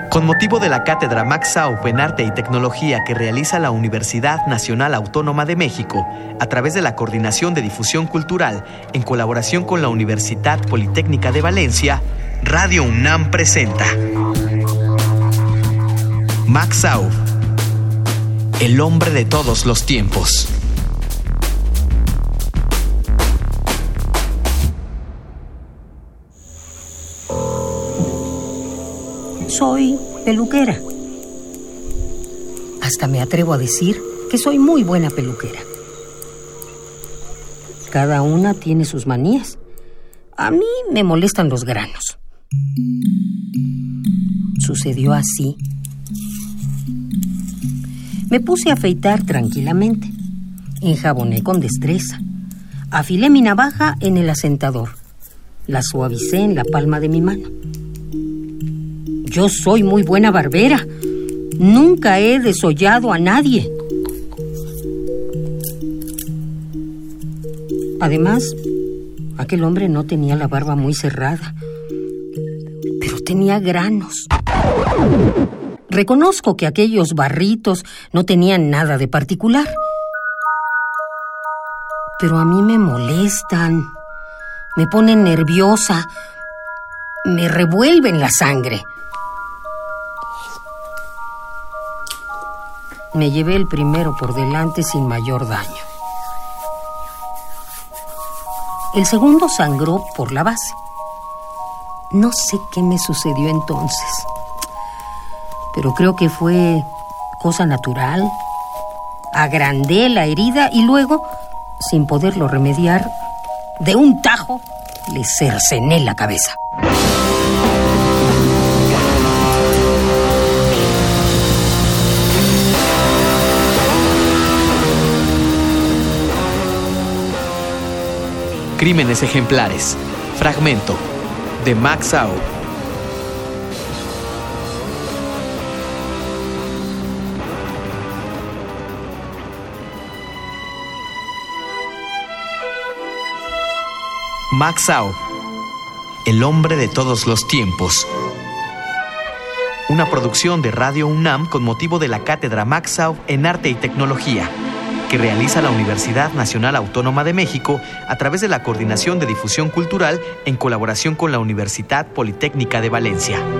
Con motivo de la cátedra Max Sauf en Arte y Tecnología que realiza la Universidad Nacional Autónoma de México, a través de la Coordinación de Difusión Cultural, en colaboración con la Universidad Politécnica de Valencia, Radio UNAM presenta Max Sauf, el hombre de todos los tiempos. Soy peluquera. Hasta me atrevo a decir que soy muy buena peluquera. Cada una tiene sus manías. A mí me molestan los granos. Sucedió así. Me puse a afeitar tranquilamente. Enjaboné con destreza. Afilé mi navaja en el asentador. La suavicé en la palma de mi mano. Yo soy muy buena barbera. Nunca he desollado a nadie. Además, aquel hombre no tenía la barba muy cerrada, pero tenía granos. Reconozco que aquellos barritos no tenían nada de particular, pero a mí me molestan, me ponen nerviosa, me revuelven la sangre. Me llevé el primero por delante sin mayor daño. El segundo sangró por la base. No sé qué me sucedió entonces, pero creo que fue cosa natural. Agrandé la herida y luego, sin poderlo remediar, de un tajo le cercené la cabeza. Crímenes ejemplares. Fragmento de Max Sauf. Max Sauf, el hombre de todos los tiempos. Una producción de Radio UNAM con motivo de la cátedra Max Sauf en Arte y Tecnología, que realiza la Universidad Nacional Autónoma de México a través de la Coordinación de Difusión Cultural en colaboración con la Universidad Politécnica de Valencia.